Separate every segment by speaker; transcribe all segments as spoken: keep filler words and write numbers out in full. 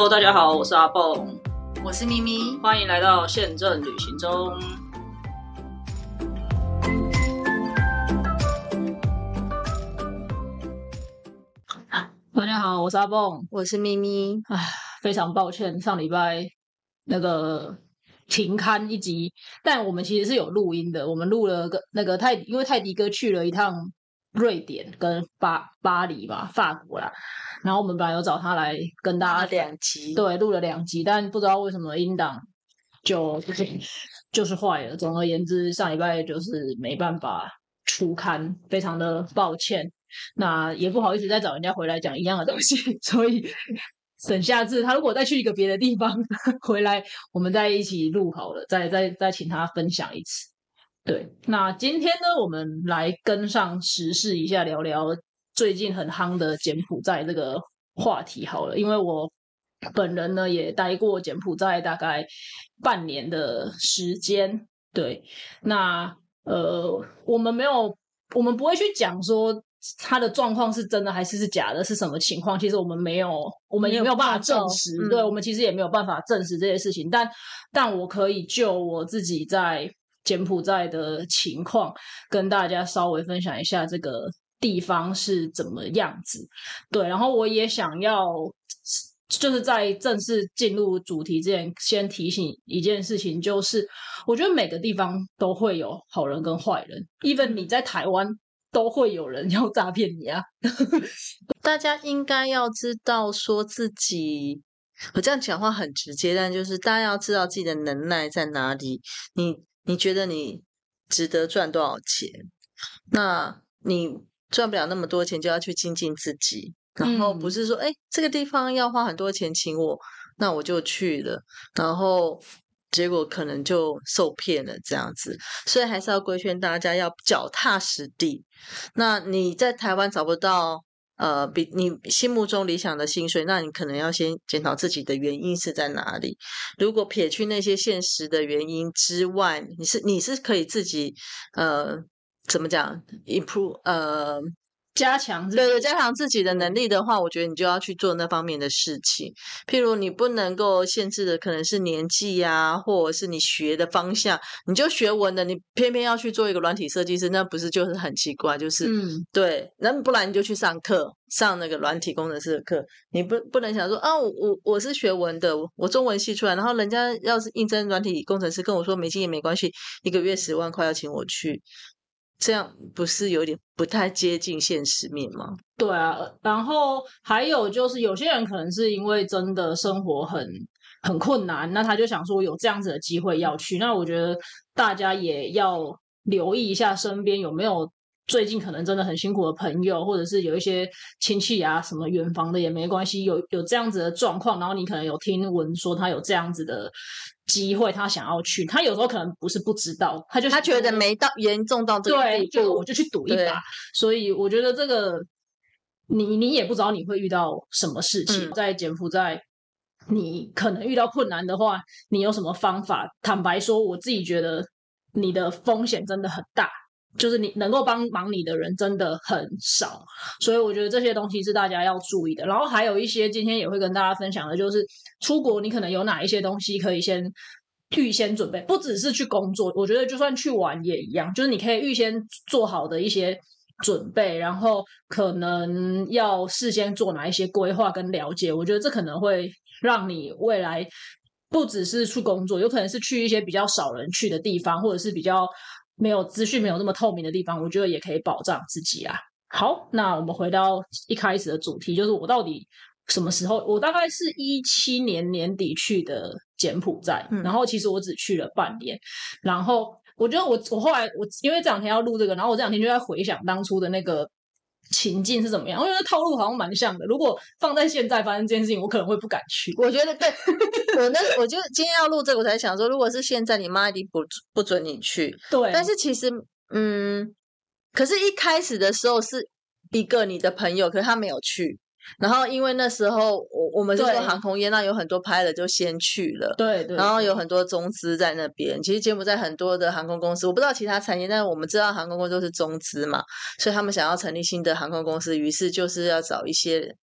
Speaker 1: Hello， 大家好，我是阿蹦，
Speaker 2: 我是咪咪，
Speaker 1: 欢迎来到宪政旅行中。大家好，我是阿蹦，
Speaker 2: 我是咪咪。
Speaker 1: 唉，非常抱歉，上礼拜那个停刊一集，但我们其实是有录音的。我们录了个那个泰，因为泰迪哥去了一趟瑞典跟巴巴黎嘛，法国啦。然后我们本来有找他来跟大家
Speaker 2: 两集，
Speaker 1: 对，录了两集，但不知道为什么音档就就是就是坏了。总而言之，上礼拜就是没办法出刊，非常的抱歉。那也不好意思再找人家回来讲一样的东西，所以等下次他如果再去一个别的地方回来，我们再一起录好了，再再再请他分享一次。对，那今天呢，我们来跟上时事一下，聊聊最近很夯的柬埔寨这个话题好了。因为我本人呢也待过柬埔寨大概半年的时间。对，那呃，我们没有，我们不会去讲说他的状况是真的还是是假的，是什么情况？其实我们没有，我们也没有办法证实。
Speaker 2: 嗯、
Speaker 1: 对，我们其实也没有办法证实这些事情。但但我可以就我自己在柬埔寨的情况，跟大家稍微分享一下这个地方是怎么样子。对，然后我也想要，就是在正式进入主题之前，先提醒一件事情，就是我觉得每个地方都会有好人跟坏人 ，even 你在台湾都会有人要诈骗你啊。
Speaker 2: 大家应该要知道说自己，我这样讲话很直接，但就是大家要知道自己的能耐在哪里。你你觉得你值得赚多少钱？那你赚不了那么多钱，就要去精进自己。然后不是说，哎、嗯，这个地方要花很多钱请我，那我就去了，然后结果可能就受骗了这样子。所以还是要规劝大家要脚踏实地。那你在台湾找不到呃比你心目中理想的薪水，那你可能要先检讨自己的原因是在哪里。如果撇去那些现实的原因之外，你是你是可以自己呃怎么讲 improve 呃。
Speaker 1: 加强
Speaker 2: 对对，加强自己的能力的话，我觉得你就要去做那方面的事情。譬如你不能够限制的可能是年纪啊，或者是你学的方向。你就学文的，你偏偏要去做一个软体设计师，那不是就是很奇怪？就是嗯，对，那不然你就去上课，上那个软体工程师的课。你不不能想说啊，我我我是学文的，我中文系出来，然后人家要是应征软体工程师，跟我说没经验没关系，一个月十万块要请我去。这样不是有点不太接近现实面吗？
Speaker 1: 对啊，然后还有就是有些人可能是因为真的生活很很困难，那他就想说有这样子的机会要去。那我觉得大家也要留意一下身边有没有最近可能真的很辛苦的朋友，或者是有一些亲戚啊什么远房的也没关系，有有这样子的状况，然后你可能有听闻说他有这样子的机会，他想要去，他有时候可能不是不知道，他就
Speaker 2: 他觉得没到严重到这个地步，
Speaker 1: 对，就我就去赌一把。所以我觉得这个你你也不知道你会遇到什么事情，嗯、在柬埔寨你可能遇到困难的话，你有什么方法？坦白说，我自己觉得你的风险真的很大。就是你能够帮忙你的人真的很少，所以我觉得这些东西是大家要注意的。然后还有一些今天也会跟大家分享的，就是出国你可能有哪一些东西可以先预先准备，不只是去工作，我觉得就算去玩也一样，就是你可以预先做好的一些准备，然后可能要事先做哪一些规划跟了解，我觉得这可能会让你未来不只是去工作，有可能是去一些比较少人去的地方，或者是比较没有资讯没有那么透明的地方，我觉得也可以保障自己啊。好，那我们回到一开始的主题，就是我到底什么时候？我大概是一七年年底去的柬埔寨，嗯、然后其实我只去了半年。然后我觉得我我后来我因为这两天要录这个，然后我这两天就在回想当初的那个情境是怎么样，我觉得套路好像蛮像的。如果放在现在发生这件事情，我可能会不敢去。
Speaker 2: 我觉得对，我那我就今天要录这个，我才想说，如果是现在，你妈一定不不准你去。
Speaker 1: 对，
Speaker 2: 但是其实，嗯，可是一开始的时候是一个你的朋友，可是他没有去。然后因为那时候我我们是做航空业，那有很多pilot就先去了，
Speaker 1: 对 对, 对，
Speaker 2: 然后有很多中资在那边。其实柬埔寨很多的航空公司，我不知道其他产业，但是我们知道航空公司都是中资嘛，所以他们想要成立新的航空公司，于是就是要找一些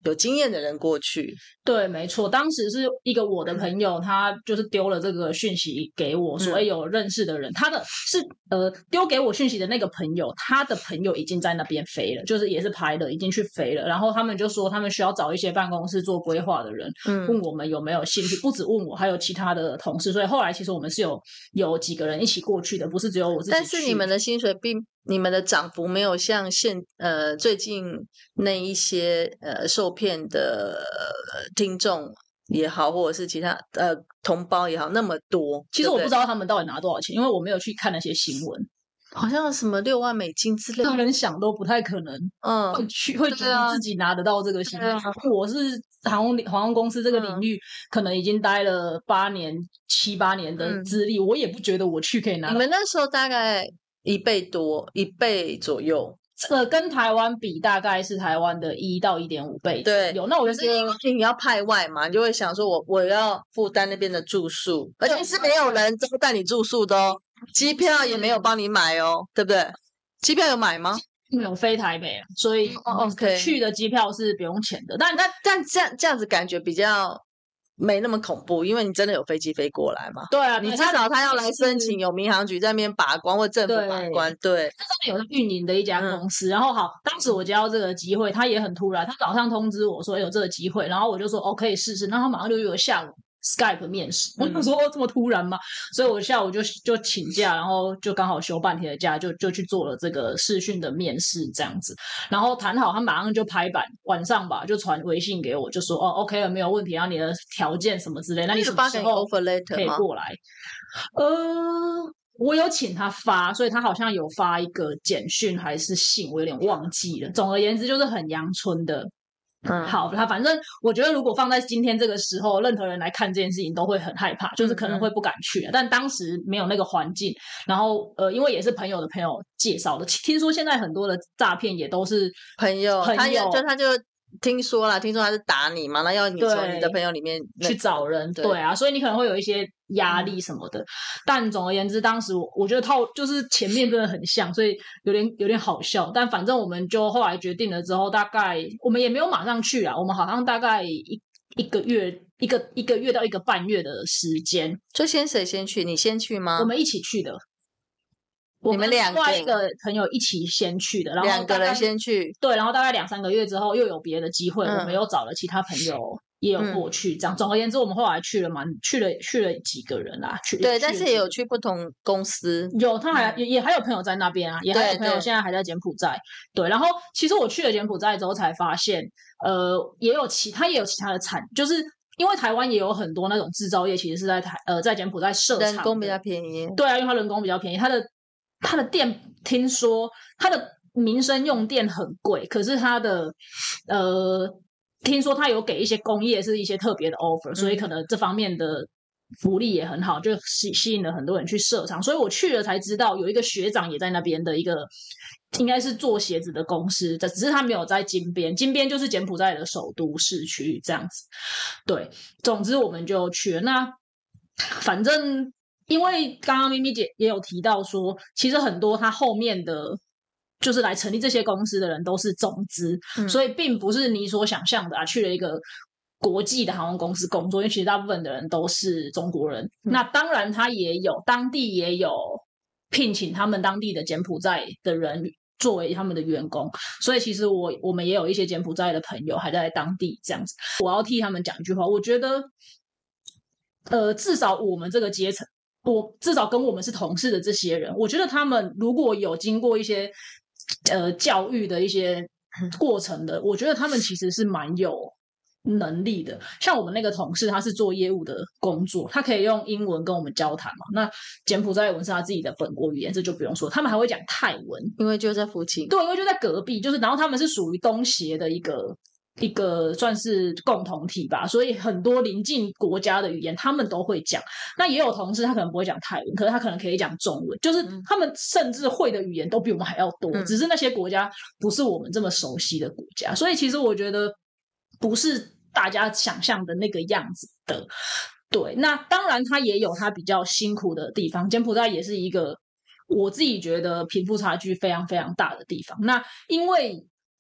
Speaker 2: 有经验的人过去。
Speaker 1: 对，没错，当时是一个我的朋友，嗯、他就是丢了这个讯息给我，说、嗯、有认识的人，他的是呃丢给我讯息的那个朋友，他的朋友已经在那边飞了，就是也是拍的，已经去飞了。然后他们就说他们需要找一些办公室做规划的人，嗯，问我们有没有兴趣，不止问我，还有其他的同事。所以后来其实我们是有有几个人一起过去的，不是只有我自己去。
Speaker 2: 但是你们的薪水并你们的涨幅没有像现呃最近那一些呃受骗的、呃、听众也好，或者是其他呃同胞也好那么多。
Speaker 1: 其实我不知道他们到底拿多少钱，因为我没有去看那些新闻。
Speaker 2: 好像什么六万美金之类的，
Speaker 1: 个人想都不太可能，嗯，会去会觉得自己拿得到这个薪水。啊、我是航空航空公司这个领域，嗯、可能已经待了八年、七八年的资历，嗯、我也不觉得我去可以拿到。
Speaker 2: 你们那时候大概一倍多，一倍左右。
Speaker 1: 呃，跟台湾比，大概是台湾的一到一点五倍。
Speaker 2: 对，
Speaker 1: 有那我
Speaker 2: 觉得你要派外嘛，你就会想说我我要负担那边的住宿，而且是没有人招待你住宿的哦。机票也没有帮你买哦，对不对？机票有买吗？
Speaker 1: 没有飞台北，所以、
Speaker 2: 哦、OK
Speaker 1: 去的机票是不用钱的。但
Speaker 2: 那但这样这样子感觉比较没那么恐怖，因为你真的有飞机飞过来嘛。
Speaker 1: 对啊，
Speaker 2: 你至少他要来申请，有民航局在那边把关或政府把关。对，
Speaker 1: 他真的有运营的一家公司。嗯、然后好，当时我接到这个机会，他也很突然，他早上通知我说有这个机会，然后我就说哦可以试试，然后他马上就约我下午Skype 面试，我就说、嗯、哦这么突然吗？所以我下午就就请假，然后就刚好休半天的假，就就去做了这个视讯的面试这样子。然后谈好，他马上就拍板，晚上吧就传微信给我，就说哦 OK 了，没有问题，然后你的条件什么之类，那你什么时候可以过来？呃，我有请他发，所以他好像有发一个简讯还是信，我有点忘记了。总而言之，就是很阳春的。嗯，好，他反正我觉得，如果放在今天这个时候，任何人来看这件事情都会很害怕，就是可能会不敢去。嗯嗯但当时没有那个环境，然后呃，因为也是朋友的朋友介绍的，听说现在很多的诈骗也都是
Speaker 2: 朋友，
Speaker 1: 朋友
Speaker 2: 他就他就听说了，听说他是打你嘛，那要你从你的朋友里面
Speaker 1: 去找人，对, 对啊，所以你可能会有一些压力什么的。嗯、但总而言之，当时我我觉得套就是前面真的很像，所以有点有点好笑。但反正我们就后来决定了之后，大概我们也没有马上去啊，我们好像大概一一个月一个一个月到一个半月的时间。
Speaker 2: 就先谁先去？你先去吗？
Speaker 1: 我们一起去的。
Speaker 2: 你们两个
Speaker 1: 另外一个朋友一起先去的，然后
Speaker 2: 两个人先去，
Speaker 1: 对，然后大概两三个月之后又有别的机会，嗯、我们又找了其他朋友也有过去，嗯、这样。总而言之，我们后来去了蛮去了去了几个人啦，去
Speaker 2: 对，但是也有去不同公司，
Speaker 1: 有他还、嗯、也也还有朋友在那边啊，也还有朋友现在还在柬埔寨，对。然后其实我去了柬埔寨之后才发现，呃，也有其他也有其他的产，就是。因为台湾也有很多那种制造业，其实是在台呃在柬埔寨设厂，
Speaker 2: 人工比较便宜。
Speaker 1: 对啊，因为它人工比较便宜，它的它的电听说它的民生用电很贵，可是它的呃听说它有给一些工业是一些特别的 offer，、嗯、所以可能这方面的福利也很好，就吸吸引了很多人去设厂。所以我去了才知道，有一个学长也在那边的一个。应该是做鞋子的公司，只是他没有在金边，金边就是柬埔寨的首都市区这样子。对，总之我们就去了。那反正因为刚刚咪咪姐也有提到说，其实很多他后面的就是来成立这些公司的人都是中资，嗯、所以并不是你所想象的啊，去了一个国际的航空公司工作，因为其实大部分的人都是中国人。嗯、那当然他也有当地也有聘请他们当地的柬埔寨的人。作为他们的员工，所以其实我我们也有一些柬埔寨的朋友还在当地这样子。我要替他们讲一句话，我觉得，呃，至少我们这个阶层，我至少跟我们是同事的这些人，我觉得他们如果有经过一些呃教育的一些过程的，我觉得他们其实是蛮有能力的。像我们那个同事，他是做业务的工作，他可以用英文跟我们交谈嘛。那柬埔寨文是他自己的本国语言，这就不用说。他们还会讲泰文，
Speaker 2: 因为就在附近。
Speaker 1: 对，因为就在隔壁，就是然后他们是属于东协的一个一个算是共同体吧，所以很多邻近国家的语言他们都会讲。那也有同事他可能不会讲泰文，可是他可能可以讲中文，就是他们甚至会的语言都比我们还要多，嗯、只是那些国家不是我们这么熟悉的国家。所以其实我觉得不是大家想象的那个样子的。对，那当然他也有他比较辛苦的地方，柬埔寨也是一个我自己觉得贫富差距非常非常大的地方。那因为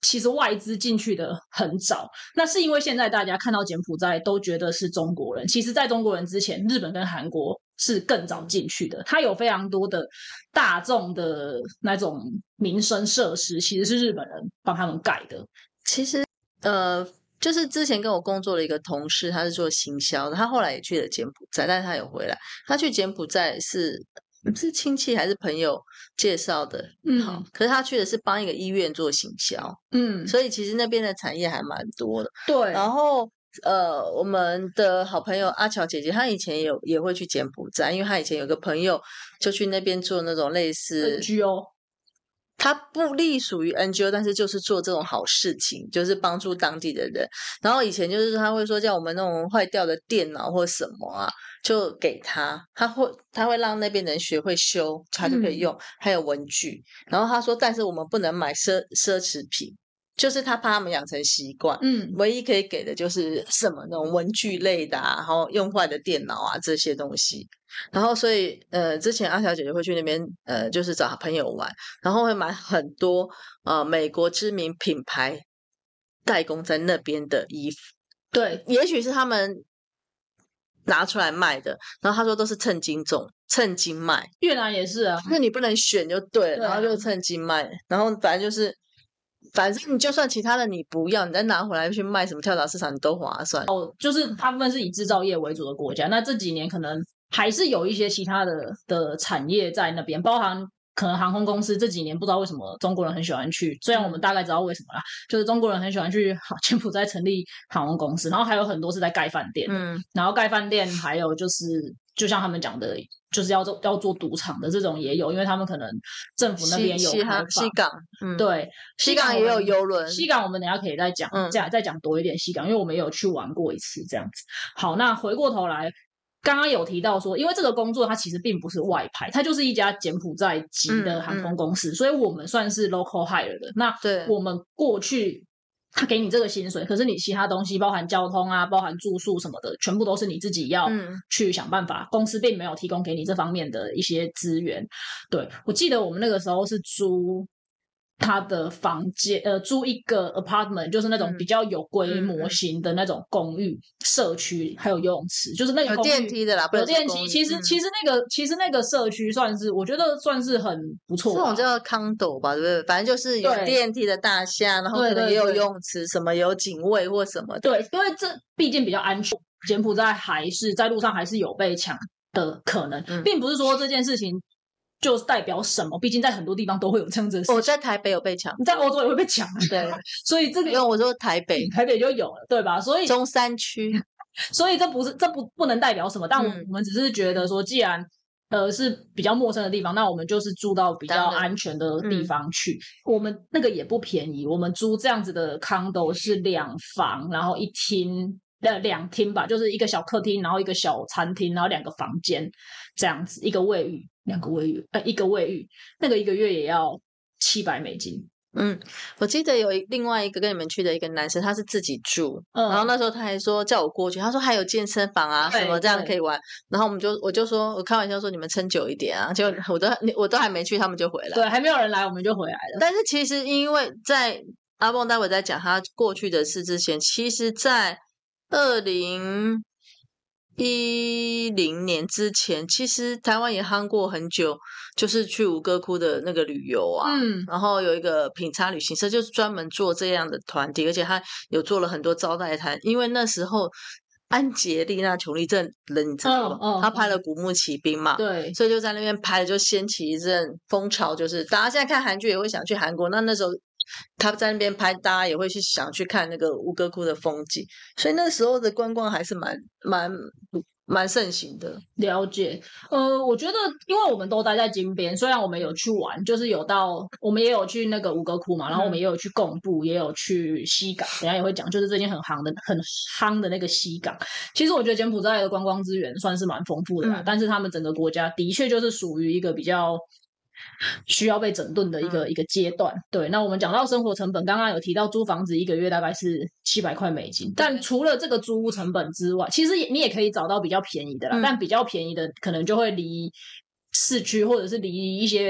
Speaker 1: 其实外资进去的很早，那是因为现在大家看到柬埔寨都觉得是中国人，其实在中国人之前，日本跟韩国是更早进去的，它有非常多的大众的那种民生设施，其实是日本人帮他们盖的。
Speaker 2: 其实呃。就是之前跟我工作的一个同事，他是做行销的，他后来也去了柬埔寨，但是他有回来。他去柬埔寨是是亲戚还是朋友介绍的？嗯，好，可是他去的是帮一个医院做行销，嗯，所以其实那边的产业还蛮多的。
Speaker 1: 对，
Speaker 2: 然后呃，我们的好朋友阿乔姐姐，她以前也有也会去柬埔寨，因为她以前有个朋友就去那边做那种类似
Speaker 1: N G O。
Speaker 2: 他不隶属于 N G O， 但是就是做这种好事情，就是帮助当地的人。然后以前就是他会说，叫我们那种坏掉的电脑或什么啊，就给他，他会他会让那边人学会修，他就可以用。嗯、还有文具。然后他说，但是我们不能买奢奢侈品。就是他怕他们养成习惯，嗯，唯一可以给的就是什么那种文具类的啊，然后用坏的电脑啊这些东西。然后所以呃，之前阿小姐姐会去那边呃，就是找朋友玩，然后会买很多呃美国知名品牌代工在那边的衣服。对，也许是他们拿出来卖的，然后他说都是称斤重，称斤卖。
Speaker 1: 越南也是啊，
Speaker 2: 因为你不能选就对了，
Speaker 1: 对啊、
Speaker 2: 然后就称斤卖，然后反正就是。反正你就算其他的你不要，你再拿回来去卖什么跳蚤市场，你都划算。
Speaker 1: 哦，就是大部分是以制造业为主的国家，那这几年可能还是有一些其他的的产业在那边，包含可能航空公司这几年不知道为什么中国人很喜欢去，虽然我们大概知道为什么啦，就是中国人很喜欢去柬埔寨成立航空公司，然后还有很多是在盖饭店，嗯，然后盖饭店还有就是就像他们讲的。就是要做要做赌场的这种也有，因为他们可能政府那边有开放。
Speaker 2: 西港，嗯，
Speaker 1: 对，
Speaker 2: 西港也有邮轮。
Speaker 1: 西港我们等一下可以再讲，嗯、再再讲多一点西港，因为我们也有去玩过一次这样子。好，那回过头来，刚刚有提到说，因为这个工作它其实并不是外派，它就是一家柬埔寨籍的航空公司，嗯嗯、所以我们算是 local hire 的。那我们过去。他给你这个薪水，可是你其他东西包含交通啊，包含住宿什么的，全部都是你自己要去想办法。嗯、公司并没有提供给你这方面的一些资源。对，我记得我们那个时候是租他的房间，呃，租一个 apartment， 就是那种比较有规模型的那种公寓、嗯、社区，还有游泳池，就是那个公寓
Speaker 2: 有电梯的啦，
Speaker 1: 有电梯。其实、嗯、其实那个其实那个社区算是，我觉得算是很不错。
Speaker 2: 这种叫 condo 吧，对不对？反正就是有电梯的大厦，然后可能也有游泳池，什么有警卫或什么的。
Speaker 1: 对，因为这毕竟比较安全。柬埔寨还是在路上还是有被抢的可能，嗯、并不是说这件事情。就代表什么？毕竟在很多地方都会有这样子的事情。
Speaker 2: 我在台北有被抢，
Speaker 1: 你在欧洲也会被抢，
Speaker 2: 对。
Speaker 1: 所以这个，
Speaker 2: 因为我说台北，
Speaker 1: 台北就有了，对吧？所以
Speaker 2: 中山区，
Speaker 1: 所以这不是这不不能代表什么，但我们、嗯、我们只是觉得说，既然呃是比较陌生的地方，那我们就是住到比较安全的地方去。嗯、我们那个也不便宜，我们租这样子的 condo 是两房，然后一厅。呃，两厅吧，就是一个小客厅，然后一个小餐厅，然后两个房间这样子，一个卫浴，两个卫浴，呃，一个卫浴，那个一个月也要七百美金。
Speaker 2: 嗯，我记得有另外一个跟你们去的一个男生，他是自己住，嗯、然后那时候他还说叫我过去，他说还有健身房啊什么这样可以玩，然后我们就我就说我开玩笑说你们撑久一点啊，就我都我都还没去，他们就回来，
Speaker 1: 对，还没有人来我们就回来了。
Speaker 2: 但是其实因为在阿蹦待会在讲他过去的事之前，其实在二零一零年之前，其实台湾也夯过很久，就是去吴哥窟的那个旅游啊，嗯，然后有一个品茶旅行社，就是专门做这样的团体，而且他有做了很多招待团，因为那时候安杰丽娜·裘丽这人你知道吗？哦哦、他拍了《古墓奇兵》嘛，
Speaker 1: 对，
Speaker 2: 所以就在那边拍了，就掀起一阵风潮，就是大家现在看韩剧也会想去韩国，那那时候。他在那边拍，大家也会去想去看那个吴哥窟的风景，所以那时候的观光还是蛮蛮蛮盛行的。
Speaker 1: 了解，呃，我觉得因为我们都待在金边，虽然我们有去玩，就是有到我们也有去那个吴哥窟嘛，然后我们也有去贡布，也有去西港，等一下也会讲，就是最近很夯的很夯的那个西港。其实我觉得柬埔寨的观光资源算是蛮丰富的啦，嗯、但是他们整个国家的确就是属于一个比较。需要被整顿的一个、嗯、一个阶段。对，那我们讲到生活成本，刚刚有提到租房子一个月大概是七百块美金，但除了这个租屋成本之外，其实你也可以找到比较便宜的啦，嗯、但比较便宜的可能就会离市区或者是离一些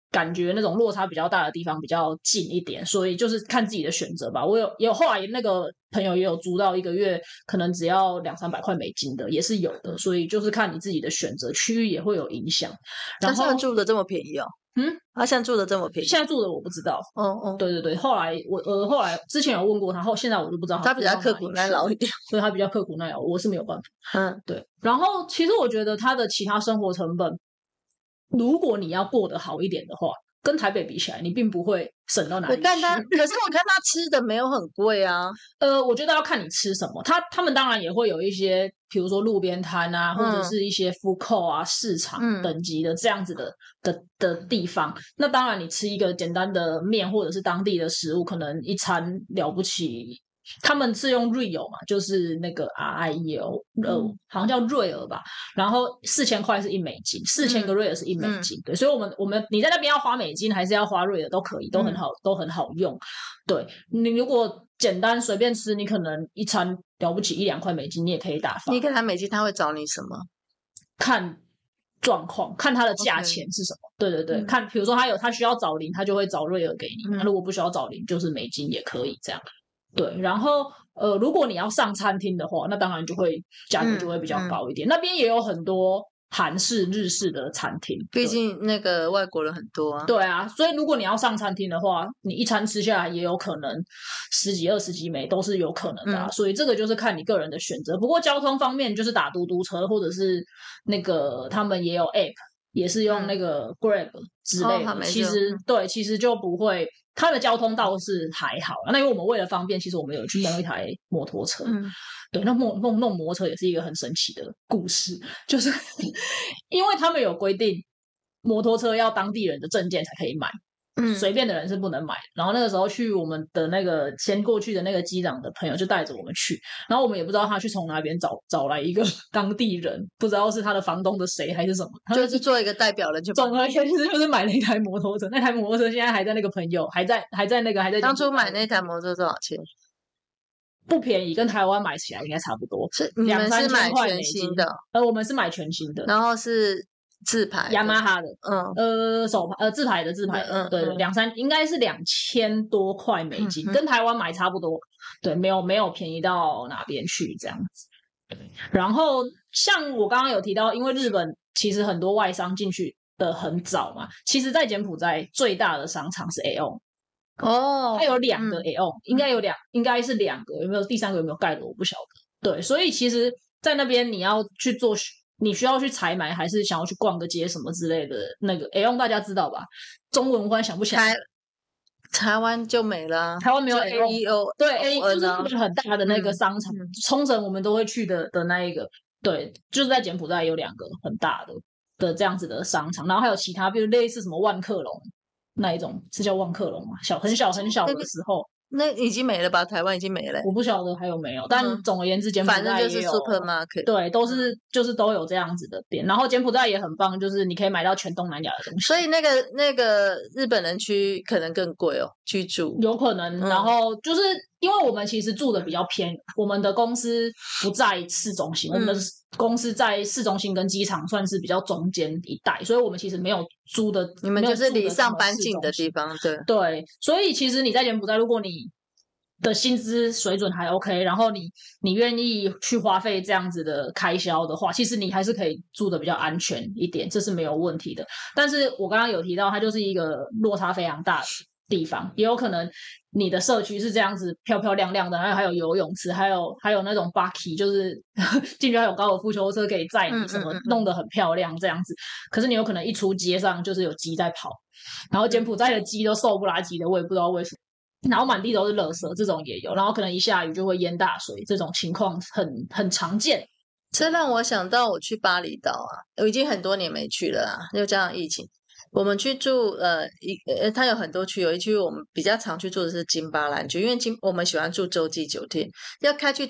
Speaker 1: 感觉那种落差比较大的地方比较近一点，所以就是看自己的选择吧。我有也有后来那个朋友也有租到一个月可能只要两三百块美金的，也是有的，所以就是看你自己的选择，区域也会有影响。然后
Speaker 2: 他现在住的这么便宜哦？
Speaker 1: 嗯，
Speaker 2: 他现在住的这么便宜？
Speaker 1: 现在住的我不知道。
Speaker 2: 哦哦，
Speaker 1: 对对对，后来我呃后来之前有问过他，后现在我就不知道
Speaker 2: 他比较刻苦耐劳一点，
Speaker 1: 所以他比较刻苦耐劳，我是没有办法。
Speaker 2: 嗯，
Speaker 1: 对。然后其实我觉得他的其他生活成本，如果你要过得好一点的话，跟台北比起来，你并不会省到哪里去。
Speaker 2: 我看他，可是我看他吃的没有很贵啊。
Speaker 1: 呃，我觉得要看你吃什么。他他们当然也会有一些，比如说路边摊啊，或者是一些 food court 啊、市场等级的这样子的、嗯、的的地方。那当然，你吃一个简单的面或者是当地的食物，可能一餐了不起。他们是用瑞欧嘛，就是那个 R I E O， 呃、嗯，好像叫瑞尔吧。然后四千块是一美金，四千个瑞尔是一美金。嗯、对，所以我们我们你在那边要花美金还是要花瑞尔都可以，都很好，嗯、都很好用。对，你如果简单随便吃，你可能一餐了不起一两块美金，你也可以打发。
Speaker 2: 你给他美金，他会找你什么？
Speaker 1: 看状况，看它的价钱是什么。Okay. 对对对，嗯、看比如说他有他需要找零，他就会找瑞尔给你。那、嗯、如果不需要找零，就是美金也可以这样。对，然后呃，如果你要上餐厅的话，那当然就会价格就会比较高一点。嗯嗯、那边也有很多韩式、日式的餐厅，
Speaker 2: 毕竟那个外国人很多啊。
Speaker 1: 对啊，所以如果你要上餐厅的话，你一餐吃下来也有可能十几、二十几美都是有可能的、啊。嗯、所以这个就是看你个人的选择。不过交通方面，就是打嘟嘟车，或者是那个他们也有 app， 也是用那个 Grab 之类的。哦、其实、嗯、对，其实就不会。它的交通倒是还好，那因为我们为了方便，其实我们有去弄一台摩托车。嗯，对，那弄弄弄摩托车也是一个很神奇的故事，就是因为他们有规定，摩托车要当地人的证件才可以买，嗯，随便的人是不能买的。然后那个时候去我们的那个先过去的那个机长的朋友就带着我们去，然后我们也不知道他去从哪边找找来一个当地人，不知道是他的房东的谁还是什么，
Speaker 2: 就是做一个代表人就。
Speaker 1: 总而言之就是买了一台摩托车，那台摩托车现在还在那个朋友还在还在那个还在。
Speaker 2: 当初买那台摩托车多少钱？
Speaker 1: 不便宜，跟台湾买起来应该差不多。
Speaker 2: 是你们是买全新的？
Speaker 1: 呃，我们是买全新的，
Speaker 2: 然后是自排
Speaker 1: 雅马哈的，
Speaker 2: 嗯，
Speaker 1: 呃，手牌呃自排的自排的，嗯，对，两三应该是两千多块美金，嗯、跟台湾买差不多，对，没有没有便宜到哪边去这样子。对，然后像我刚刚有提到，因为日本其实很多外商进去的很早嘛，其实在柬埔寨最大的商场是 A O N。哦，它有两个 A O N，、嗯、应该有两，应该是两个，有没有第三个有没有盖的我不晓得。对，所以其实，在那边你要去做，你需要去采买，还是想要去逛个街什么之类的，那个 A O N 大家知道吧？中文忽然想不起来。
Speaker 2: 台台湾就没了，
Speaker 1: 台湾没有 A O N， 对 A 就是很大的那个商场，
Speaker 2: 嗯、
Speaker 1: 冲绳我们都会去的的那一个，对，就是在柬埔寨有两个很大的的这样子的商场，然后还有其他，比如类似什么万客隆。那一种是叫万客隆吗？小很小很小的时候，
Speaker 2: 那已经没了吧？台湾已经没了、欸，
Speaker 1: 我不晓得还有没有。但总而言之，柬埔寨
Speaker 2: 反正就是 supermarket，
Speaker 1: 对，都是、嗯、就是都有这样子的店。然后柬埔寨也很棒，就是你可以买到全东南亚的东西。
Speaker 2: 所以那个那个日本人区可能更贵哦，居住
Speaker 1: 有可能。嗯、然后就是因为我们其实住的比较偏，我们的公司不在市中心，嗯、我们的公司在市中心跟机场算是比较中间一带，所以我们其实没有租的，
Speaker 2: 你们就是离上班近的地方，对
Speaker 1: 对。所以其实你在柬埔寨，如果你的薪资水准还 OK， 然后你你愿意去花费这样子的开销的话，其实你还是可以住的比较安全一点，这是没有问题的。但是我刚刚有提到，它就是一个落差非常大的地方，也有可能你的社区是这样子漂漂亮亮的，还有还有游泳池，还有还有那种 bucky， 就是进去还有高尔夫球车可以载你，什么弄得很漂亮这样子。可是你有可能一出街上就是有鸡在跑，然后柬埔寨的鸡都瘦不拉几的，我也不知道为什么。然后满地都是垃圾，这种也有。然后可能一下雨就会淹大水，这种情况很很常见。
Speaker 2: 这让我想到我去巴厘岛啊，我已经很多年没去了啦，又加上疫情。我们去住呃一呃，它有很多区，有一区我们比较常去住的是金巴兰区，因为金我们喜欢住洲际酒店，要开去洲际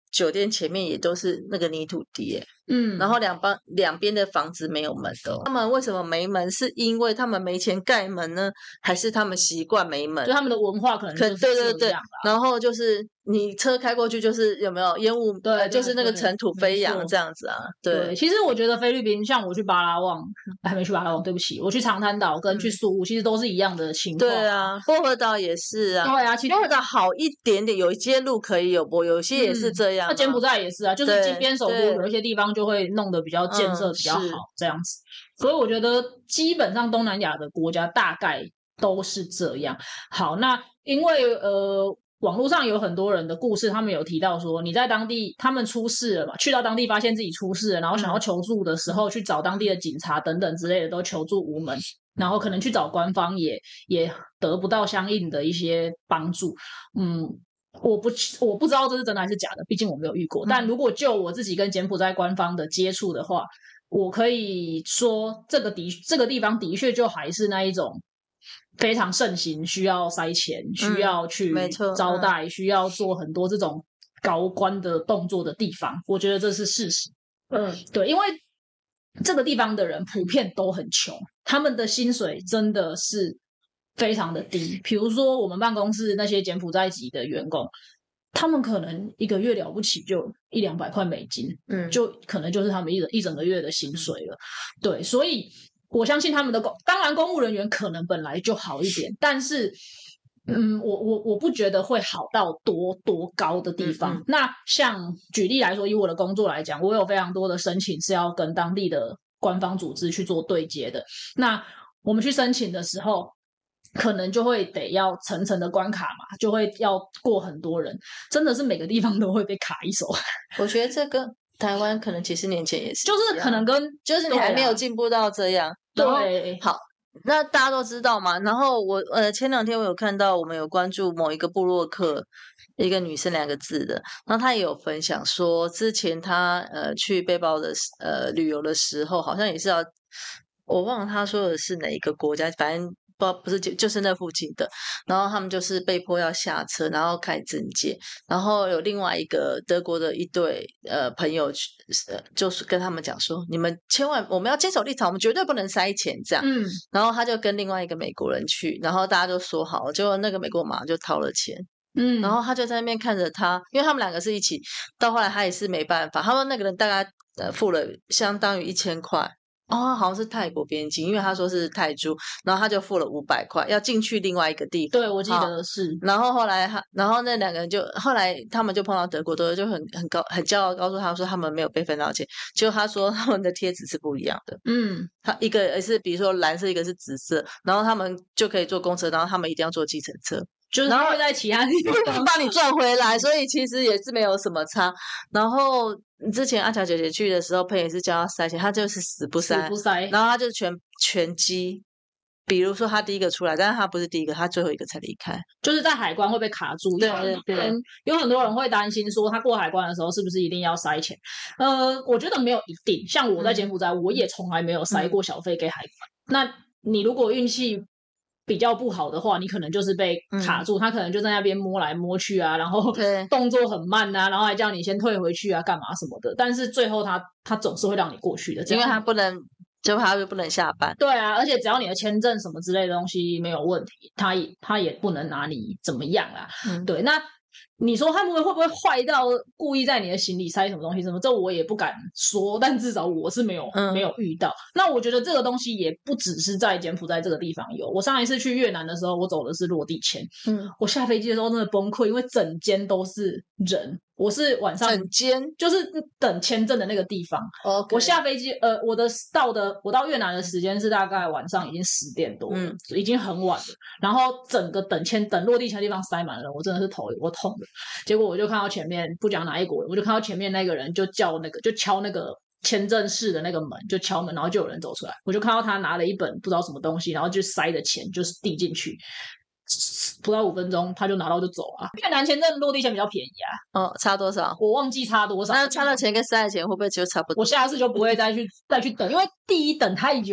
Speaker 2: 酒店前面也都是那个泥土地耶，
Speaker 1: 嗯，
Speaker 2: 然后两帮两边的房子没有门的、哦。他们为什么没门？是因为他们没钱盖门呢，还是他们习惯没门？
Speaker 1: 就他们的文化可能就是
Speaker 2: 对对对，
Speaker 1: 这样啦。
Speaker 2: 然后就是你车开过去，就是有没有烟雾？
Speaker 1: 对
Speaker 2: 呃，就是那个
Speaker 1: 对
Speaker 2: 尘土飞
Speaker 1: 没错
Speaker 2: 扬这样子啊。
Speaker 1: 对，
Speaker 2: 对，
Speaker 1: 其实我觉得菲律宾，像我去巴拉望，还没去巴拉望，对不起，我去长滩岛跟去
Speaker 2: 嗯
Speaker 1: 宿务，其实都是一样的情况。
Speaker 2: 对啊，薄荷岛也是啊。
Speaker 1: 对啊，其实
Speaker 2: 薄荷岛好一点点，有一些路可以有播，有些也是这样、啊
Speaker 1: 那柬埔寨也是啊，就是
Speaker 2: 对
Speaker 1: 金边首都
Speaker 2: 对
Speaker 1: 有一些地方就会弄得比较建设
Speaker 2: 嗯
Speaker 1: 比较好
Speaker 2: 是
Speaker 1: 这样子。所以我觉得基本上东南亚的国家大概都是这样。好，那因为呃。网络上有很多人的故事，他们有提到说，你在当地他们出事了嘛，去到当地发现自己出事了，然后想要求助的时候，去找当地的警察等等之类的，都求助无门，然后可能去找官方也也得不到相应的一些帮助。嗯，我不我不知道这是真的还是假的，毕竟我没有遇过。但如果就我自己跟柬埔寨官方的接触的话，我可以说这个的这个地方的确就还是那一种非常盛行，需要塞钱，需要去招待，嗯、需要做很多这种高官的动作的地方。我觉得这是事实。嗯，对，因为这个地方的人普遍都很穷，他们的薪水真的是非常的低。比如说我们办公室那些柬埔寨籍的员工，他们可能一个月了不起就一两百块美金，嗯，就可能就是他们一一整个月的薪水了。对，所以我相信他们的公，当然公务人员可能本来就好一点，但是。嗯，我我我不觉得会好到多多高的地方。嗯嗯那像举例来说，以我的工作来讲，我有非常多的申请是要跟当地的官方组织去做对接的。那我们去申请的时候，可能就会得要层层的关卡嘛，就会要过很多人，真的是每个地方都会被卡一手。
Speaker 2: 我觉得这跟台湾可能几十年前也是，
Speaker 1: 就是可能跟
Speaker 2: 就是你还没有进步到这样。
Speaker 1: 对，
Speaker 2: 好。那大家都知道嘛，然后我呃前两天我有看到我们有关注某一个部落客，一个女生两个字的，然后她也有分享说，之前她呃去背包的呃旅游的时候，好像也是要，我忘了她说的是哪一个国家，反正不知道不是就就是那附近的，然后他们就是被迫要下车，然后开证件，然后有另外一个德国的一对呃朋友去，呃就是跟他们讲说，你们千万我们要坚守立场，我们绝对不能塞钱这样。嗯，然后他就跟另外一个美国人去，然后大家就说好，结果那个美国马上就掏了钱。嗯，然后他就在那边看着他，因为他们两个是一起，到后来他也是没办法，他说那个人大概呃付了相当于一千块。哦，好像是泰国边境，因为他说是泰铢，然后他就付了五百块，要进去另外一个地方。
Speaker 1: 对，我记得是。
Speaker 2: 然后后来他，然后那两个人就后来他们就碰到德国队，就很很高很骄傲告诉他说他们没有被分到钱，结果他说他们的贴纸是不一样的。嗯，他一个是比如说蓝色，一个是紫色，然后他们就可以坐公车，然后他们一定要坐计程车。
Speaker 1: 就是他会在其他地方
Speaker 2: 帮你赚回来，所以其实也是没有什么差。然后之前阿乔姐姐去的时候，朋友也是叫她塞钱，她就是死不塞，
Speaker 1: 死不塞。
Speaker 2: 然后她就全全机，比如说她第一个出来，但是她不是第一个，她最后一个才离开，
Speaker 1: 就是在海关会被卡住。
Speaker 2: 对对对，
Speaker 1: 有很多人会担心说，他过海关的时候是不是一定要塞钱？呃，我觉得没有一定。像我在柬埔寨，嗯、我也从来没有塞过小费给海关。嗯、那你如果运气比较不好的话，你可能就是被卡住，嗯、他可能就在那边摸来摸去啊，然后动作很慢啊，然后还叫你先退回去啊，干嘛什么的。但是最后他他总是会让你过去的，
Speaker 2: 因为他不能，就他就不能下班。
Speaker 1: 对啊，而且只要你的签证什么之类的东西没有问题，他也他也不能拿你怎么样啦。嗯、对，那。你说他们会不会坏到故意在你的行李塞什么东西什么？这我也不敢说，但至少我是没有、嗯、没有遇到。那我觉得这个东西也不只是在柬埔寨这个地方有。我上一次去越南的时候，我走的是落地签，嗯，我下飞机的时候真的崩溃，因为整间都是人。我是晚上
Speaker 2: 整间
Speaker 1: 就是等签证的那个地方。
Speaker 2: Okay.
Speaker 1: 我下飞机，呃，我的到的我到越南的时间是大概晚上已经十点多了，嗯，已经很晚了。然后整个等签等落地签的地方塞满了人，我真的是头有痛的。结果我就看到前面，不讲哪一国人，我就看到前面那个人就叫那个就敲那个签证室的那个门，就敲门，然后就有人走出来。我就看到他拿了一本不知道什么东西，然后就塞的钱就是递进去。不到五分钟他就拿到就走了。越南签证落地签比较便宜
Speaker 2: 啊。哦，差多少？
Speaker 1: 我忘记差多少。
Speaker 2: 那差的钱跟塞的钱会不会就差不多？
Speaker 1: 我下次就不会再去再去等，因为第一等太久了，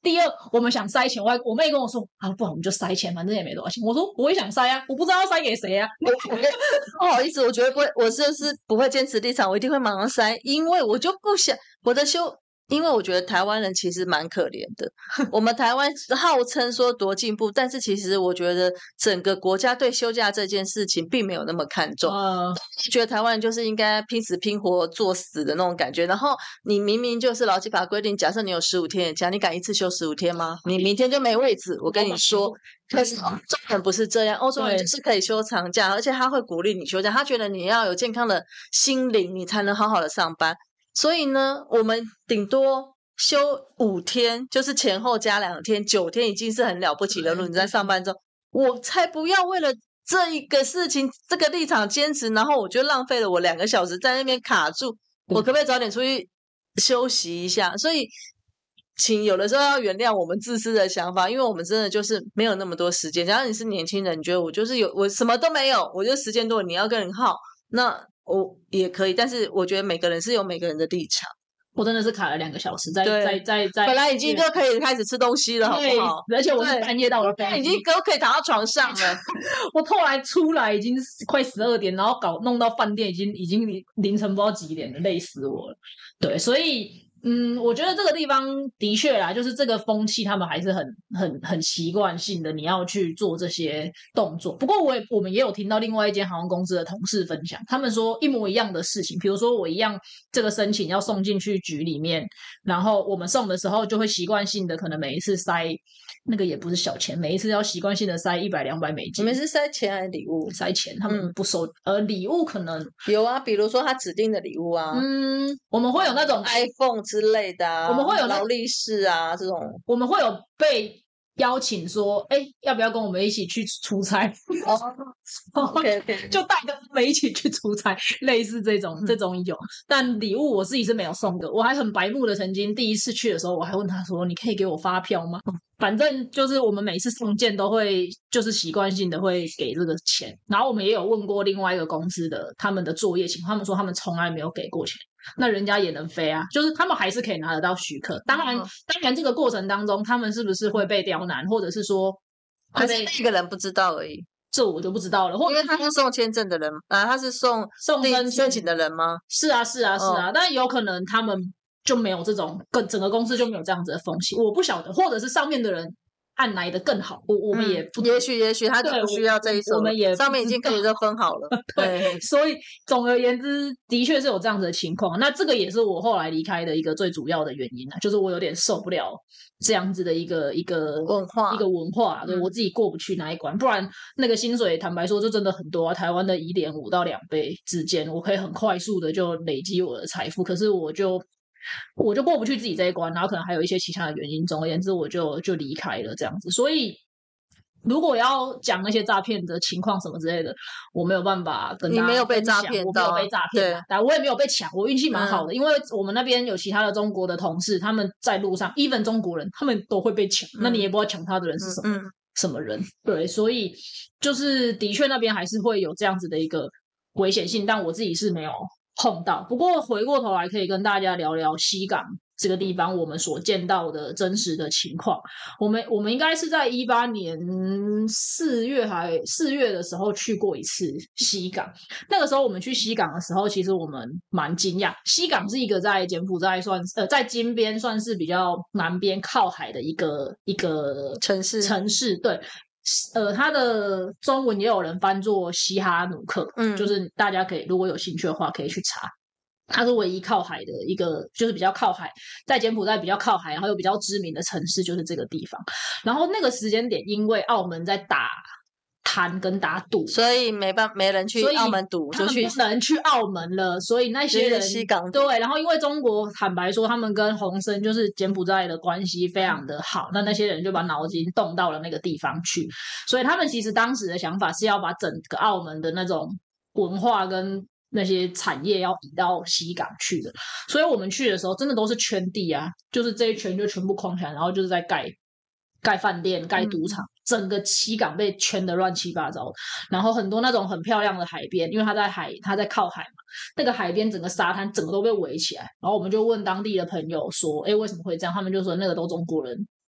Speaker 1: 第二，我们想塞钱，我还我妹跟我说啊，不然我们就塞钱，反正也没多少钱。我说我也想塞啊，我不知道要塞给谁啊。
Speaker 2: 不好意思，我觉得不会，我就是不会坚持立场，我一定会马上塞，因为我就不想我的休。因为我觉得台湾人其实蛮可怜的，我们台湾号称说多进步，但是其实我觉得整个国家对休假这件事情并没有那么看重，
Speaker 1: 呃，
Speaker 2: 觉得台湾人就是应该拼死拼活作死的那种感觉。然后你明明就是劳基法规定，假设你有十五天的假，你敢一次休十五天吗？你明天就没位置。我跟你说，可是欧洲人不是这样，欧洲人就是可以休长假，而且他会鼓励你休假，他觉得你要有健康的心灵，你才能好好的上班。所以呢，我们顶多休五天，就是前后加两天，九天已经是很了不起的了。你在上班中，我才不要为了这一个事情、这个立场坚持，然后我就浪费了我两个小时在那边卡住。我可不可以早点出去休息一下？所以，请有的时候要原谅我们自私的想法，因为我们真的就是没有那么多时间。假如你是年轻人，你觉得我就是有我什么都没有，我就时间多，你要跟人耗，那我也可以。但是我觉得每个人是有每个人的立场。
Speaker 1: 我真的是卡了两个小时，在在在在，
Speaker 2: 本来已经就可以开始吃东西了，好不好？
Speaker 1: 而且我是半夜到了飞机，
Speaker 2: 已经都可以躺到床上了。
Speaker 1: 我后来出来已经快十二点，然后搞弄到饭店已经已经凌晨不知道几点了，累死我了。对，所以嗯，我觉得这个地方的确啦，就是这个风气，他们还是很很很习惯性的，你要去做这些动作。不过我也我们也有听到另外一间航空公司的同事分享，他们说一模一样的事情，比如说我一样这个申请要送进去局里面，然后我们送的时候就会习惯性的可能每一次塞那个也不是小钱，每一次要习惯性的塞一百两百美金。
Speaker 2: 你们是塞钱还是礼物？
Speaker 1: 塞钱，他们不收。嗯、呃，礼物可能
Speaker 2: 有啊，比如说他指定的礼物啊，
Speaker 1: 嗯，我们会有那种
Speaker 2: iPhone 之类的啊，
Speaker 1: 我们会有
Speaker 2: 劳力士啊这种，
Speaker 1: 我们会有被邀请说，哎，要不要跟我们一起去出差？
Speaker 2: 哦，OK OK，
Speaker 1: 就带着他们一起去出差，类似这种这种有。但礼物我自己是没有送的，我还很白目的，曾经第一次去的时候，我还问他说：“你可以给我发票吗？”反正就是我们每次送件都会就是习惯性的会给这个钱，然后我们也有问过另外一个公司的他们的作业情况，他们说他们从来没有给过钱。那人家也能飞啊，就是他们还是可以拿得到许可。当然，嗯、当然这个过程当中，他们是不是会被刁难，或者是说，
Speaker 2: 还是那个人不知道而已，
Speaker 1: 这我就不知道了。或
Speaker 2: 因为他是送签证的人啊，他是送
Speaker 1: 送申
Speaker 2: 申请的人吗？
Speaker 1: 是啊，是啊，是啊。哦、但有可能他们就没有这种，跟整个公司就没有这样子的风气，我不晓得，或者是上面的人按来的更好，我我们也不，
Speaker 2: 嗯、也许也许他就不需要这一手，
Speaker 1: 我们也
Speaker 2: 上面已经可以都分好了。
Speaker 1: 对，所以总而言之，的确是有这样子的情况。那这个也是我后来离开的一个最主要的原因啊，就是我有点受不了这样子的一个一个
Speaker 2: 文化，
Speaker 1: 一个文化，对、嗯、我自己过不去那一关。不然那个薪水，坦白说，就真的很多啊，台湾的一点五到两倍之间，我可以很快速的就累积我的财富，可是我就。我就过不去自己这一关，然后可能还有一些其他的原因。总而言之，我就就离开了这样子。所以，如果要讲那些诈骗的情况什么之类的，我没有办法跟大家分享。
Speaker 2: 你没有被诈骗到，
Speaker 1: 我没有被诈骗，但我也没有被抢，我运气蛮好的、嗯。因为我们那边有其他的中国的同事，他们在路上 ，even 中国人，他们都会被抢。嗯、那你也不知道抢他的人是什么、嗯、什么人，对，所以就是的确那边还是会有这样子的一个危险性，但我自己是没有碰到。不过回过头来可以跟大家聊聊西港这个地方我们所见到的真实的情况。我们我们应该是在一八年四月还四月的时候去过一次西港。那个时候我们去西港的时候，其实我们蛮惊讶。西港是一个在柬埔寨算呃在金边算是比较南边靠海的一个一个
Speaker 2: 城市
Speaker 1: 城市，对。呃，它的中文也有人翻作西哈努克，嗯，就是大家可以如果有兴趣的话，可以去查。它是唯一靠海的一个，就是比较靠海，在柬埔寨比较靠海，然后又比较知名的城市，就是这个地方。然后那个时间点，因为澳门在打贪跟打赌，
Speaker 2: 所以没办没人去澳门赌，
Speaker 1: 就去不能去澳门了，所以那些人
Speaker 2: 西港
Speaker 1: 对，然后因为中国坦白说，他们跟洪森就是柬埔寨的关系非常的好，那那些人就把脑筋动到了那个地方去，所以他们其实当时的想法是要把整个澳门的那种文化跟那些产业要移到西港去的，所以我们去的时候真的都是圈地啊，就是这一圈就全部框起来，然后就是在盖盖饭店、盖赌场、嗯，整个西港被圈得乱七八糟。然后很多那种很漂亮的海边，因为它在海，它在靠海嘛，那个海边整个沙滩整个都被围起来。然后我们就问当地的朋友说：“哎，为什么会这样？”他们就说那个都中国人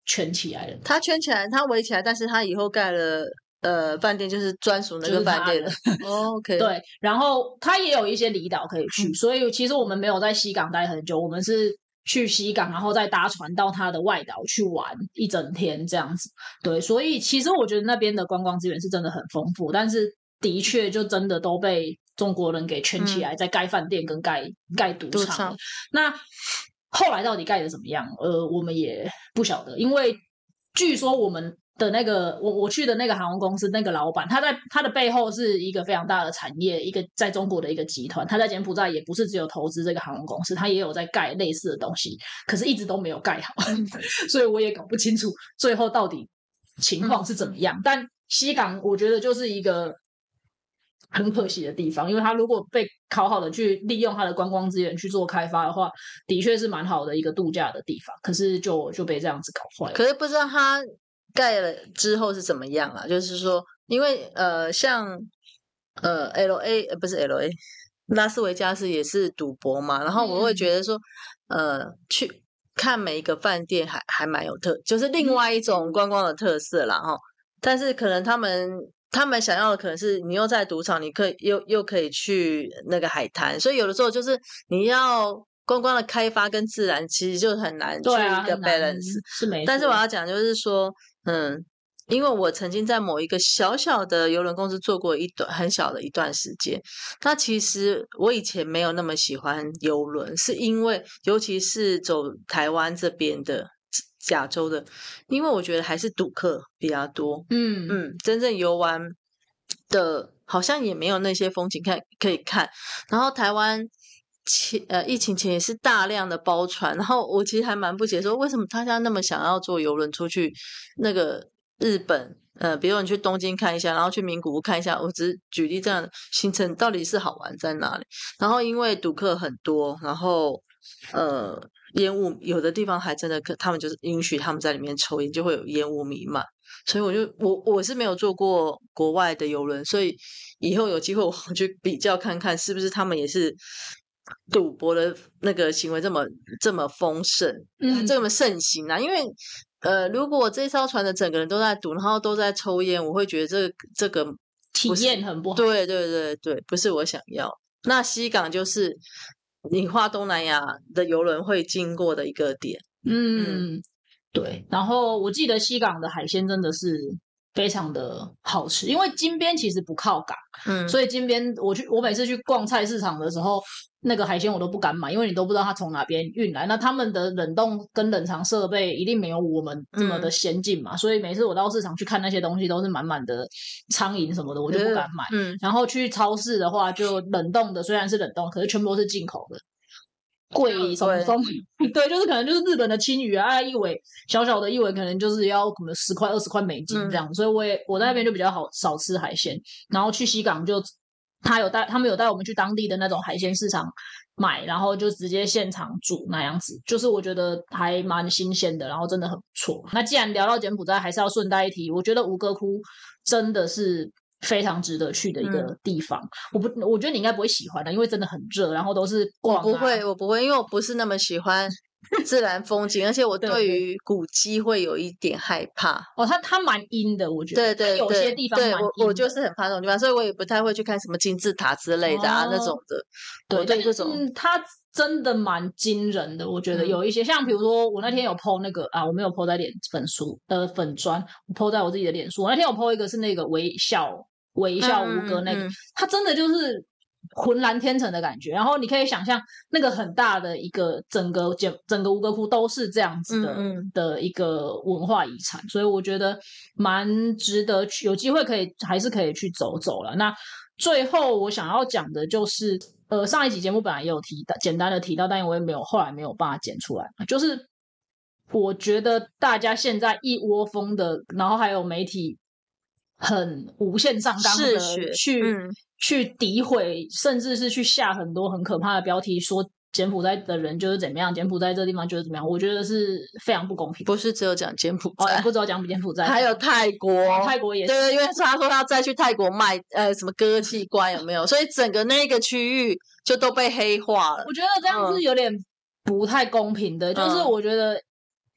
Speaker 1: 圈起来了。
Speaker 2: 他圈起来，他围起来，但是他以后盖了呃饭店，就是专属那个饭店的。哦 OK，
Speaker 1: 对，然后他也有一些离岛可以去，
Speaker 2: 嗯、
Speaker 1: 所以其实我们没有在西港待很久，我们是去西港，然后再搭船到它的外岛去玩一整天这样子。对，所以其实我觉得那边的观光资源是真的很丰富，但是的确就真的都被中国人给圈起来，嗯、在盖饭店跟盖盖赌场。场那后来到底盖的怎么样？呃，我们也不晓得，因为据说我们的那个我我去的那个航空公司那个老板，他在他的背后是一个非常大的产业，一个在中国的一个集团。他在柬埔寨也不是只有投资这个航空公司，他也有在盖类似的东西，可是一直都没有盖好，所以我也搞不清楚最后到底情况是怎么样。嗯、但西港我觉得就是一个很可惜的地方，因为他如果被好好的去利用他的观光资源去做开发的话，的确是蛮好的一个度假的地方，可是就就被这样子搞坏了。
Speaker 2: 可是不知道他盖了之后是怎么样啊？就是说，因为呃，像呃 L A 呃不是 L A， 拉斯维加斯也是赌博嘛，然后我会觉得说，嗯、呃，去看每一个饭店还还蛮有特，就是另外一种观光的特色啦哈。但是可能他们。他们想要的可能是你又在赌场，你可以又又可以去那个海滩，所以有的时候就是你要观光的开发跟自然其实就很难去一个 balance，、
Speaker 1: 啊、是没错。
Speaker 2: 但是我要讲就是说，嗯，因为我曾经在某一个小小的邮轮公司做过一段很小的一段时间，那其实我以前没有那么喜欢邮轮，是因为尤其是走台湾这边的。亚洲的，因为我觉得还是赌客比较多，
Speaker 1: 嗯
Speaker 2: 嗯，真正游玩的好像也没有那些风景看可以看。然后台湾前呃疫情前也是大量的包船，然后我其实还蛮不解说为什么大家那么想要坐游轮出去那个日本，呃，比如你去东京看一下，然后去名古屋看一下，我只是举例这样的行程到底是好玩在哪里？然后因为赌客很多，然后呃。烟雾有的地方还真的可，他们就是允许他们在里面抽烟，就会有烟雾弥漫。所以我就我我是没有坐过国外的邮轮，所以以后有机会我去比较看看，是不是他们也是赌博的那个行为这么这么丰盛，嗯，这么盛行啊？因为呃，如果这艘船的整个人都在赌，然后都在抽烟，我会觉得这个这个
Speaker 1: 体验很不好。
Speaker 2: 对对对对，不是我想要。那西港就是。你画东南亚的邮轮会经过的一个点，
Speaker 1: 嗯，嗯对。然后我记得西港的海鲜真的是非常的好吃，因为金边其实不靠港，嗯，所以金边我去我每次去逛菜市场的时候，那个海鲜我都不敢买，因为你都不知道它从哪边运来。那他们的冷冻跟冷藏设备一定没有我们这么的先进嘛，嗯、所以每次我到市场去看那些东西都是满满的苍蝇什么的，我就不敢买。嗯，然后去超市的话，就冷冻的虽然是冷冻，可是全部都是进口的。贵什么松对，就是可能就是日本的青鱼啊，一尾小小的一尾可能就是要可能十块二十块美金这样，嗯、所以我也我在那边就比较好少吃海鲜，然后去西港就他有带他们有带我们去当地的那种海鲜市场买，然后就直接现场煮那样子，就是我觉得还蛮新鲜的，然后真的很不错。那既然聊到柬埔寨，还是要顺带一提，我觉得吴哥窟真的是。非常值得去的一个地方，嗯、我不，我觉得你应该不会喜欢的，因为真的很热，然后都是逛、啊。
Speaker 2: 我不会，我不会，因为我不是那么喜欢自然风景，而且我对于古迹会有一点害怕。
Speaker 1: 哦，它它蛮阴的，我觉得。对对对，有些地方蛮阴的。
Speaker 2: 对，我我就是很怕这种地方，所以我也不太会去看什么金字塔之类的啊、哦、那种的。
Speaker 1: 对，
Speaker 2: 对这种，
Speaker 1: 嗯，它真的蛮惊人的，我觉得有一些、嗯、像比如说我那天有 po 那个啊，我没有 po 在脸粉书呃粉专，我 po 在我自己的脸书。我那天有 po 一个是那个微笑。微笑吴哥那个，嗯嗯、它真的就是浑然天成的感觉。然后你可以想象，那个很大的一个整个整个吴哥窟都是这样子的、嗯嗯、的一个文化遗产，所以我觉得蛮值得去，有机会可以还是可以去走走了。那最后我想要讲的就是，呃，上一集节目本来也有提到，简单的提到，但我也没有后来没有办法剪出来，就是我觉得大家现在一窝蜂的，然后还有媒体。很无限上纲的去、嗯、去诋毁，甚至是去下很多很可怕的标题，说柬埔寨的人就是怎么样，柬埔寨这个地方就是怎么样，我觉得是非常不公平。
Speaker 2: 不是只有讲柬埔寨，
Speaker 1: 哦，也不只有讲柬埔寨，
Speaker 2: 还有泰国，
Speaker 1: 哦、泰国也是。
Speaker 2: 对，因为他说要再去泰国卖呃什么割器官有没有？所以整个那个区域就都被黑化了。
Speaker 1: 我觉得这样是有点不太公平的，嗯、就是我觉得。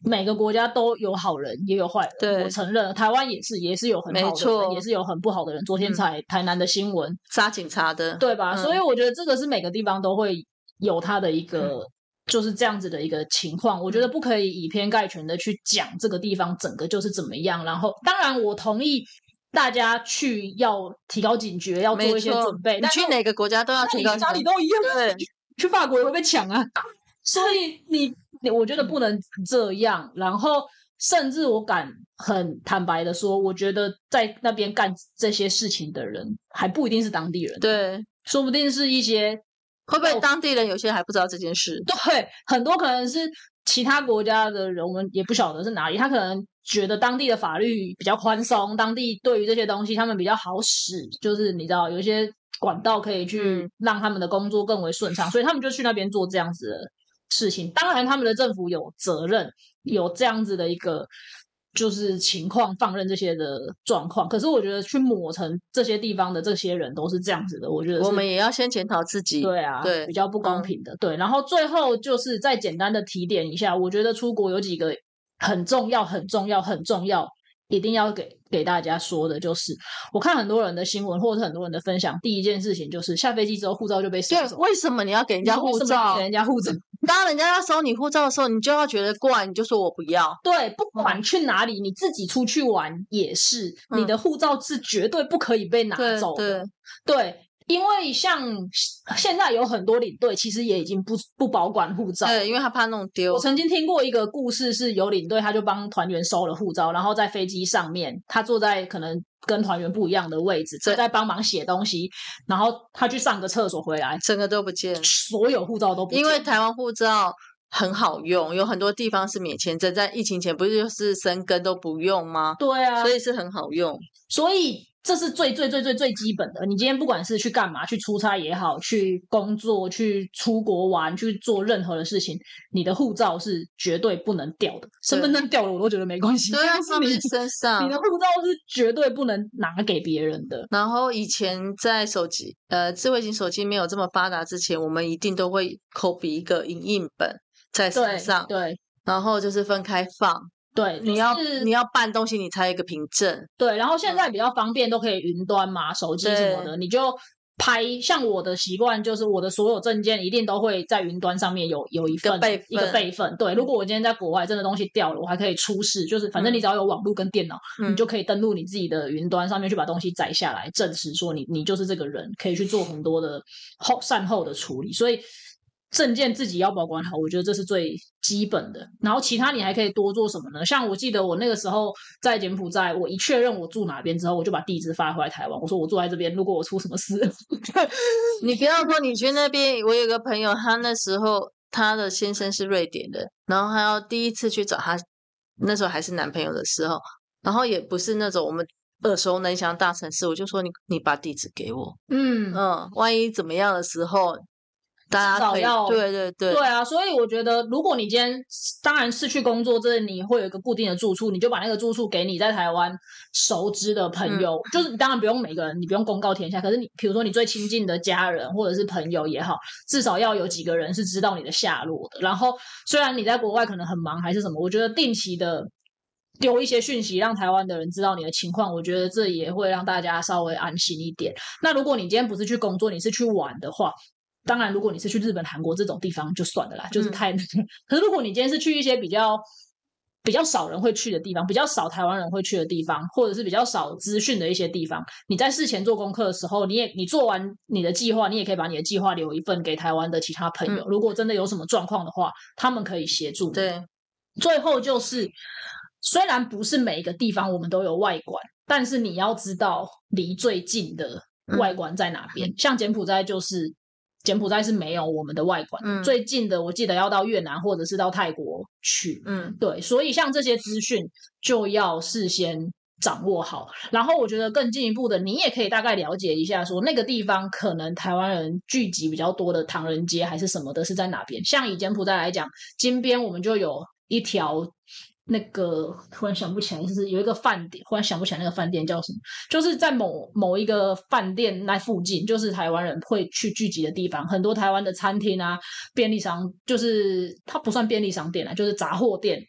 Speaker 1: 每个国家都有好人也有坏人，
Speaker 2: 对
Speaker 1: 我承认，台湾也是也是有很好的
Speaker 2: 没错
Speaker 1: 人，也是有很不好的人。昨天才台南的新闻，
Speaker 2: 杀警察的，
Speaker 1: 对吧？
Speaker 2: 嗯
Speaker 1: 所以我觉得这个是每个地方都会有它的一个。嗯就是这样子的一个情况，我觉得不可以以偏概全的去讲这个地方整个就是怎么样。然后，当然我同意大家去要提高警觉，要做一些准备。
Speaker 2: 你去哪个国家都要提高警觉，
Speaker 1: 哪里都一样。
Speaker 2: 对，
Speaker 1: 去法国也会被抢啊。所以你，你我觉得不能这样。然后，甚至我敢很坦白的说，我觉得在那边干这些事情的人，还不一定是当地人，
Speaker 2: 对，
Speaker 1: 说不定是一些。
Speaker 2: 会不会当地人有些还不知道这件事？
Speaker 1: 对，很多可能是其他国家的人，我们也不晓得是哪里。他可能觉得当地的法律比较宽松，当地对于这些东西他们比较好使，就是你知道有一些管道可以去让他们的工作更为顺畅，所以他们就去那边做这样子的事情。当然，他们的政府有责任，有这样子的一个。就是情况放任这些的状况，可是我觉得去抹成这些地方的这些人都是这样子的，我觉得
Speaker 2: 我们也要先检讨自己。
Speaker 1: 对啊，
Speaker 2: 对，
Speaker 1: 比较不公平的。嗯、对，然后最后就是再简单的提点一下，我觉得出国有几个很重要、很重要、很重要，一定要给给大家说的，就是我看很多人的新闻或者是很多人的分享，第一件事情就是下飞机之后护照就被收走。
Speaker 2: 对，为什么你要给人家护照？
Speaker 1: 给人家护照。
Speaker 2: 当人家要收你护照的时候，你就要觉得怪，你就说我不要。
Speaker 1: 对，不管去哪里，嗯、你自己出去玩也是，嗯、你的护照是绝对不可以被拿走的。对。对因为像现在有很多领队，其实也已经不不保管护照，
Speaker 2: 对，因为他怕弄丢。
Speaker 1: 我曾经听过一个故事，是有领队他就帮团员收了护照，然后在飞机上面，他坐在可能跟团员不一样的位置，在帮忙写东西，然后他去上个厕所回来，
Speaker 2: 整个都不见，
Speaker 1: 所有护照都不见。
Speaker 2: 因为台湾护照很好用，有很多地方是免签证，在疫情前不是就是生根都不用吗？
Speaker 1: 对啊，
Speaker 2: 所以是很好用，
Speaker 1: 所以。这是最最最最最基本的。你今天不管是去干嘛，去出差也好，去工作，去出国玩，去做任何的事情，你的护照是绝对不能掉的。身份证掉了我都觉得没关系，
Speaker 2: 对啊，是你身上，
Speaker 1: 你的护照是绝对不能拿给别人的。
Speaker 2: 然后以前在手机呃智慧型手机没有这么发达之前，我们一定都会 copy 一个影印本在身上，
Speaker 1: 对，对
Speaker 2: 然后就是分开放。对，你要、就是、你要办东西，你才有一个凭证。
Speaker 1: 对，然后现在比较方便，都可以云端嘛，手机什么的，你就拍。像我的习惯就是，我的所有证件一定都会在云端上面有有一份
Speaker 2: 备份
Speaker 1: 一个备份。对，如果我今天在国外真的东西掉了，我还可以出示，就是反正你只要有网络跟电脑，嗯、你就可以登录你自己的云端上面去把东西载下来，证实说你你就是这个人，可以去做很多的后善后的处理。所以。证件自己要保管好，我觉得这是最基本的。然后其他你还可以多做什么呢？像我记得我那个时候在柬埔寨，我一确认我住哪边之后，我就把地址发回来台湾。我说我住在这边，如果我出什么事，
Speaker 2: 你不要说你去那边。我有个朋友，他那时候他的先生是瑞典的，然后他要第一次去找他，那时候还是男朋友的时候，然后也不是那种我们耳熟能详大城市，我就说你你把地址给我，嗯嗯，万一怎么样的时候。大家可以
Speaker 1: 要
Speaker 2: 对对对
Speaker 1: 对啊，所以我觉得，如果你今天当然是去工作，这你会有一个固定的住处，你就把那个住处给你在台湾熟知的朋友，嗯、就是当然不用每个人，你不用公告天下，可是你比如说你最亲近的家人或者是朋友也好，至少要有几个人是知道你的下落的。然后虽然你在国外可能很忙还是什么，我觉得定期的丢一些讯息，让台湾的人知道你的情况，我觉得这也会让大家稍微安心一点。那如果你今天不是去工作，你是去玩的话。当然，如果你是去日本、韩国这种地方就算了啦，就是太……嗯、可是如果你今天是去一些比较比较少人会去的地方，比较少台湾人会去的地方，或者是比较少资讯的一些地方，你在事前做功课的时候，你也你做完你的计划，你也可以把你的计划留一份给台湾的其他朋友。嗯、如果真的有什么状况的话，他们可以协助你。
Speaker 2: 对，
Speaker 1: 最后就是，虽然不是每一个地方我们都有外馆，但是你要知道离最近的外馆在哪边。嗯、像柬埔寨就是。柬埔寨是没有我们的外馆，嗯、最近的我记得要到越南或者是到泰国去，嗯，对，所以像这些资讯就要事先掌握好。然后我觉得更进一步的，你也可以大概了解一下，说那个地方可能台湾人聚集比较多的唐人街还是什么的是在哪边。像以柬埔寨来讲，金边我们就有一条。那个突然想不起来，就是有一个饭店，忽然想不起来那个饭店叫什么，就是在某某一个饭店那附近，就是台湾人会去聚集的地方。很多台湾的餐厅啊、便利商，就是它不算便利商店啦，就是杂货店，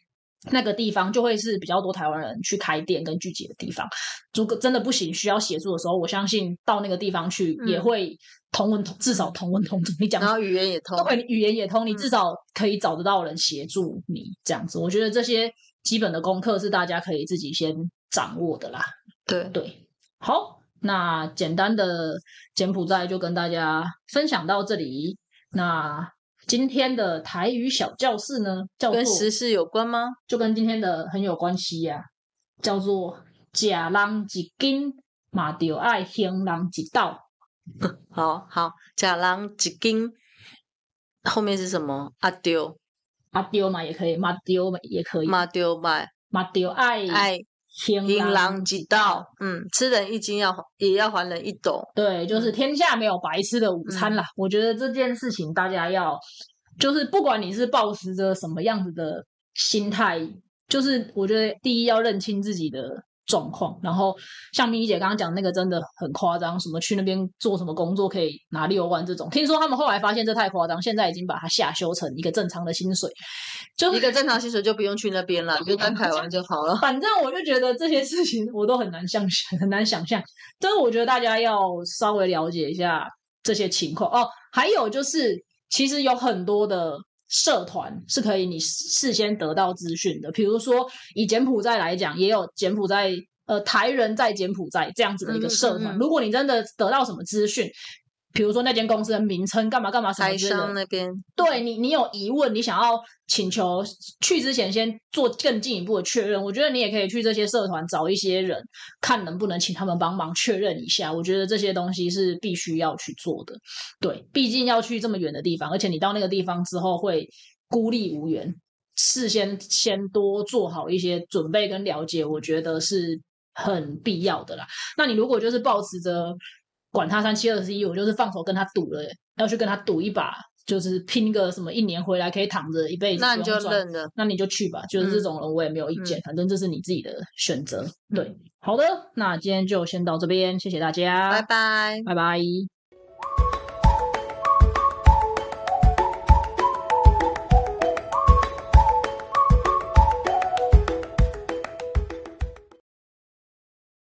Speaker 1: 那个地方就会是比较多台湾人去开店跟聚集的地方。如果真的不行需要协助的时候，我相信到那个地方去也会同文同，至少同文同种。你讲，
Speaker 2: 然后语言也通，
Speaker 1: 对，语言也通，你至少可以找得到人协助你这样子。我觉得这些基本的功课是大家可以自己先掌握的啦。
Speaker 2: 对
Speaker 1: 对，好，那简单的柬埔寨就跟大家分享到这里。那今天的台语小教室呢，叫做
Speaker 2: 跟时事有关吗？
Speaker 1: 就跟今天的很有关系呀、啊，叫做吃人一斤，嘛就爱行人一道。
Speaker 2: 好好，吃人一斤，后面是什么？阿丢
Speaker 1: 阿丢嘛也可以，嘛丢嘛也可以，
Speaker 2: 嘛丢买
Speaker 1: 嘛丢爱
Speaker 2: 爱
Speaker 1: 行
Speaker 2: 行人
Speaker 1: 人
Speaker 2: 一道。嗯，吃人一斤要也要还人一斗。
Speaker 1: 对，就是天下没有白吃的午餐啦。嗯、我觉得这件事情大家要，就是不管你是抱持着什么样子的心态，就是我觉得第一要认清自己的状况，然后像咪咪姐刚刚讲那个真的很夸张，什么去那边做什么工作可以拿六万这种，听说他们后来发现这太夸张，现在已经把它下修成一个正常的薪水，就
Speaker 2: 一个正常薪水就不用去那边了，就当台湾就好了。
Speaker 1: 反正我就觉得这些事情我都很难想象，很难想象，但是我觉得大家要稍微了解一下这些情况哦。还有就是其实有很多的社团是可以你事先得到资讯的，比如说以柬埔寨来讲，也有柬埔寨呃台人在柬埔寨这样子的一个社团。嗯嗯嗯，如果你真的得到什么资讯，比如说那间公司的名称干嘛干嘛什么之类的，
Speaker 2: 台商那边
Speaker 1: 对你你有疑问，你想要请求去之前先做更进一步的确认，我觉得你也可以去这些社团找一些人，看能不能请他们帮忙确认一下。我觉得这些东西是必须要去做的，对，毕竟要去这么远的地方，而且你到那个地方之后会孤立无援，事先先多做好一些准备跟了解，我觉得是很必要的啦。那你如果就是抱持着管他三七二十一，我就是放手跟他赌了，要去跟他赌一把，就是拼个什么一年回来可以躺着一辈子，
Speaker 2: 那你就认了，
Speaker 1: 那你就去吧。就是这种人我也没有意见，嗯、反正这是你自己的选择。嗯、对，好的，那今天就先到这边，谢谢大家，
Speaker 2: 拜拜，
Speaker 1: 拜拜。